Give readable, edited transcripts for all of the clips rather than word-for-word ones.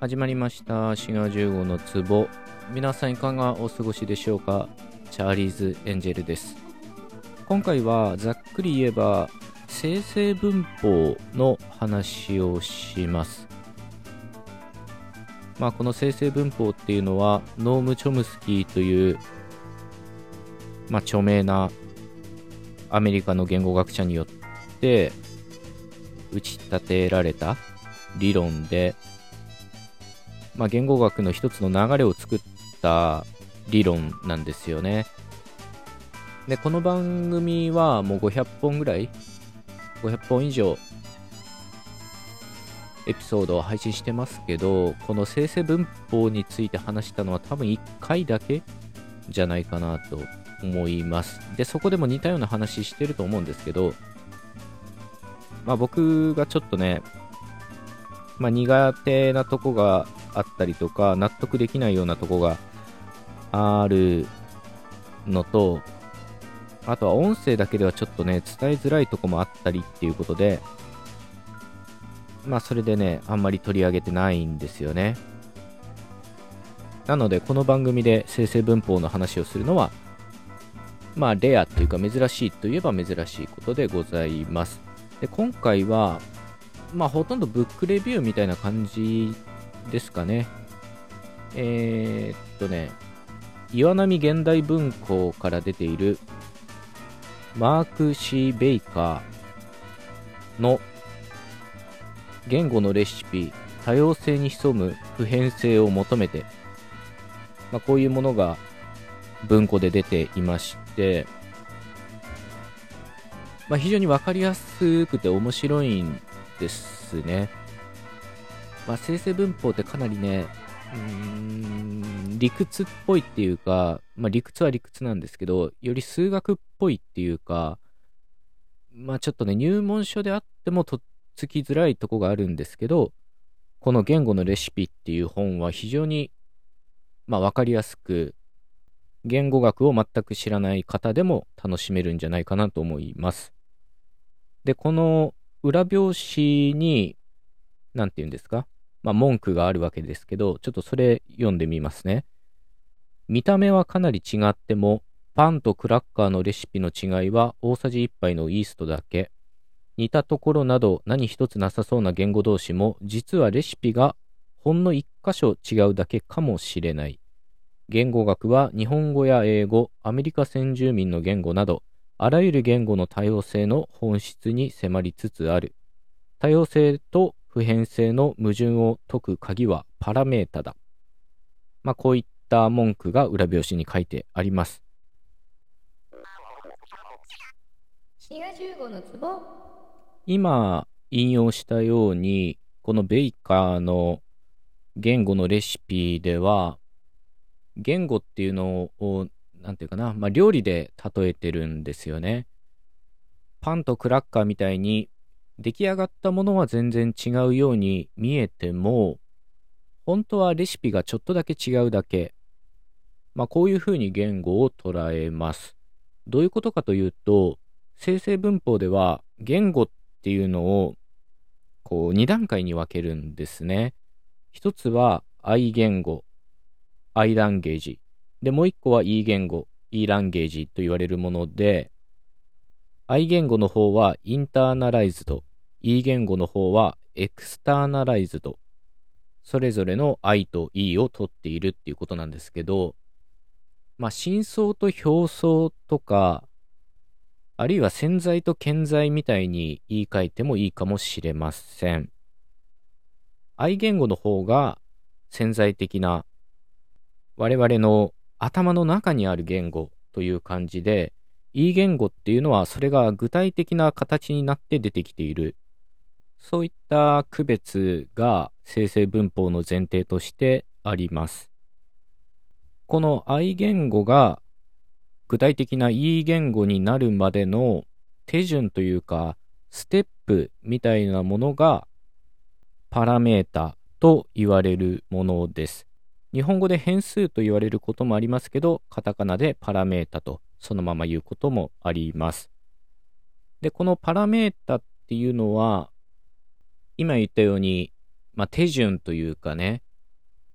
始まりました滋賀15の壺。皆さんいかがお過ごしでしょうか。チャーリーズエンジェルです。今回はざっくり言えば生成文法の話をします。この生成文法っていうのはノーム・チョムスキーという著名なアメリカの言語学者によって打ち立てられた理論で、言語学の一つの流れを作った理論なんですよね。で、この番組はもう500本以上エピソードを配信してますけど、この生成文法について話したのは多分1回だけじゃないかなと思います。で、そこでも似たような話してると思うんですけど、僕がちょっとね、苦手なとこがあったりとか、納得できないようなとこがあるのと、あとは音声だけではちょっとね、伝えづらいとこもあったりっていうことで、それでね、あんまり取り上げてないんですよね。なので、この番組で生成文法の話をするのは、レアというか珍しいといえば珍しいことでございます。で、今回は、ほとんどブックレビューみたいな感じですかね。岩波現代文庫から出ているマーク・シー・ベイカーの言語のレシピ、多様性に潜む普遍性を求めて、こういうものが文庫で出ていまして、非常にわかりやすくて面白いんですね。生成文法ってかなりね、理屈っぽいっていうか、理屈は理屈なんですけど、より数学っぽいっていうか、ちょっとね、入門書であってもとっつきづらいとこがあるんですけど、この言語のレシピっていう本は非常に、わかりやすく、言語学を全く知らない方でも楽しめるんじゃないかなと思います。で、この裏表紙に、なんて言うんですか、文句があるわけですけど、ちょっとそれ読んでみますね。見た目はかなり違っても、パンとクラッカーのレシピの違いは大さじ1杯のイーストだけ。似たところなど何一つなさそうな言語同士も、実はレシピがほんの1箇所違うだけかもしれない。言語学は日本語や英語、アメリカ先住民の言語など、あらゆる言語の多様性の本質に迫りつつある。多様性と普遍性の矛盾を解く鍵はパラメータだ。こういった文句が裏表紙に書いてあります。今引用したように、このベイカーの言語のレシピでは、言語っていうのを、なんていうかな、料理で例えてるんですよね。パンとクラッカーみたいに、出来上がったものは全然違うように見えても、本当はレシピがちょっとだけ違うだけ。こういうふうに言語を捉えます。どういうことかというと、生成文法では言語っていうのをこう2段階に分けるんですね。一つは I 言語、I ランゲージ。で、もう一個は E 言語、E ランゲージと言われるもので、I 言語の方はインターナライズド、E 言語の方はエクスターナライズド。それぞれの I と E を取っているっていうことなんですけど、深層と表層とか、あるいは潜在と顕在みたいに言い換えてもいいかもしれません。I 言語の方が潜在的な我々の頭の中にある言語という感じで、E 言語っていうのはそれが具体的な形になって出てきている。そういった区別が生成文法の前提としてあります。この I 言語が具体的な E 言語になるまでの手順というかステップみたいなものがパラメータと言われるものです。日本語で変数と言われることもありますけど、カタカナでパラメータとそのまま言うこともあります。で、このパラメータっていうのは今言ったように、手順というかね、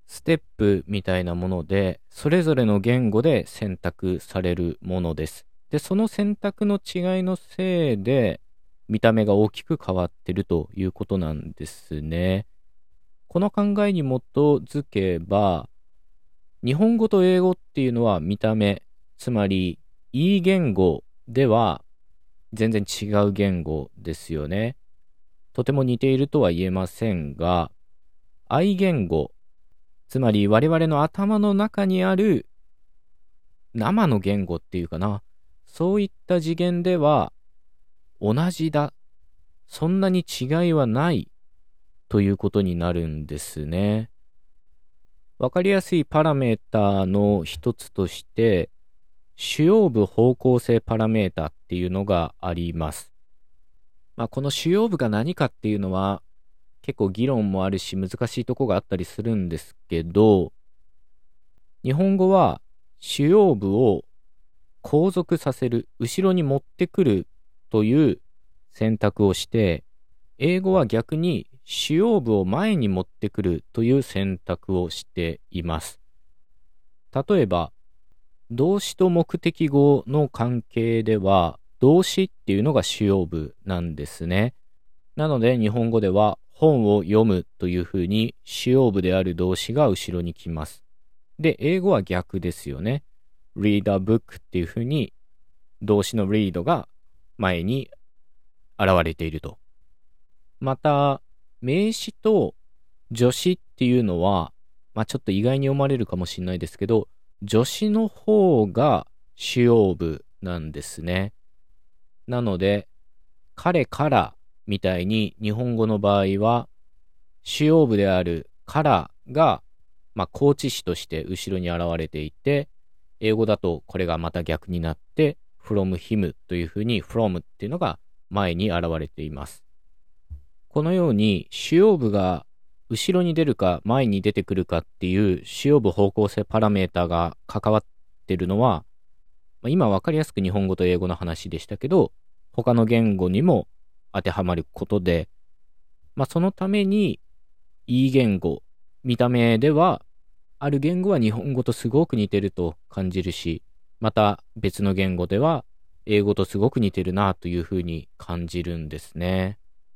ステップみたいなもので、それぞれの言語で選択されるものです。で、その選択の違いのせいで、見た目が大きく変わってるということなんですね。この考えに基づけば、日本語と英語っていうのは見た目、つまり、いい言語では全然違う言語ですよね。とても似ているとは言えませんが、愛言語、つまり我々の頭の中にある生の言語っていうかな、そういった次元では同じだ、そんなに違いはないということになるんですね。わかりやすいパラメータの一つとして、主要部方向性パラメータっていうのがあります。この主要部が何かっていうのは結構議論もあるし難しいとこがあったりするんですけど、日本語は主要部を後続させる、後ろに持ってくるという選択をして、英語は逆に主要部を前に持ってくるという選択をしています。例えば、動詞と目的語の関係では、動詞っていうのが主要部なんですね。なので、日本語では本を読むというふうに主要部である動詞が後ろに来ます。で、英語は逆ですよね。read a book っていうふうに動詞の read が前に現れていると。また、名詞と助詞っていうのは、ちょっと意外に読まれるかもしれないですけど、助詞の方が主要部なんですね。なので、彼からみたいに日本語の場合は、主要部であるからが、後置詞として後ろに現れていて、英語だとこれがまた逆になって、from him というふうに from っていうのが前に現れています。このように主要部が後ろに出るか前に出てくるかっていう主要部方向性パラメータが関わっているのは、今わかりやすく日本語と英語の話でしたけど、他の言語にも当てはまることで、そのためにいい言語、見た目ではある言語は日本語とすごく似てると感じるし、また別の言語では英語とすごく似てるなというふうに感じるんですね。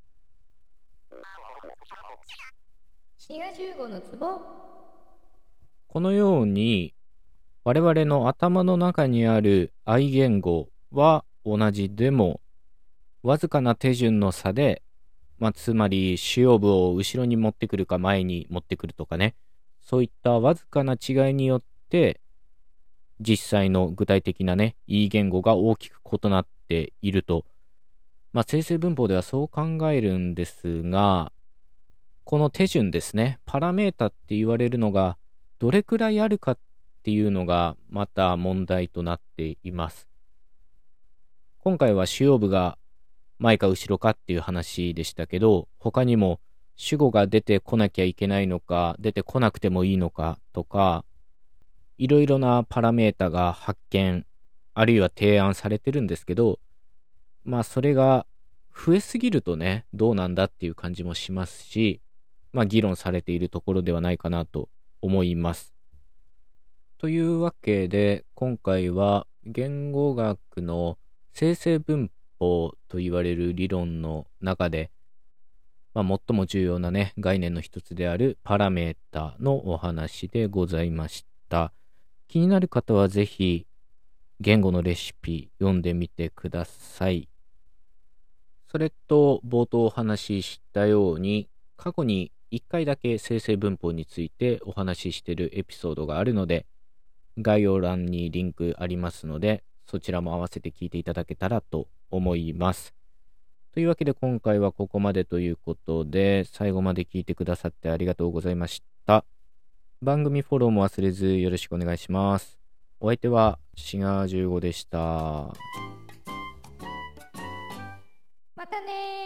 滋賀15のツボ。 このように我々の頭の中にある愛言語は同じでも、わずかな手順の差で、つまり主要部を後ろに持ってくるか前に持ってくるとかね、そういったわずかな違いによって実際の具体的なね、いい言語が大きく異なっていると、生成文法ではそう考えるんですが、この手順ですね、パラメータって言われるのがどれくらいあるかっていうのがまた問題となっています。今回は主要部が前か後ろかっていう話でしたけど、他にも主語が出てこなきゃいけないのか、出てこなくてもいいのかとか、いろいろなパラメータが発見、あるいは提案されてるんですけど、それが増えすぎるとね、どうなんだっていう感じもしますし、議論されているところではないかなと思います。というわけで、今回は言語学の生成文法と言われる理論の中で、最も重要なね、概念の一つであるパラメータのお話でございました。気になる方はぜひ、言語のレシピ読んでみてください。それと、冒頭お話ししたように、過去に1回だけ生成文法についてお話ししているエピソードがあるので、概要欄にリンクありますので、そちらも合わせて聞いていただけたらと思います。というわけで今回はここまでということで、最後まで聞いてくださってありがとうございました。番組フォローも忘れずよろしくお願いします。お相手はシガー15でした。 またねー。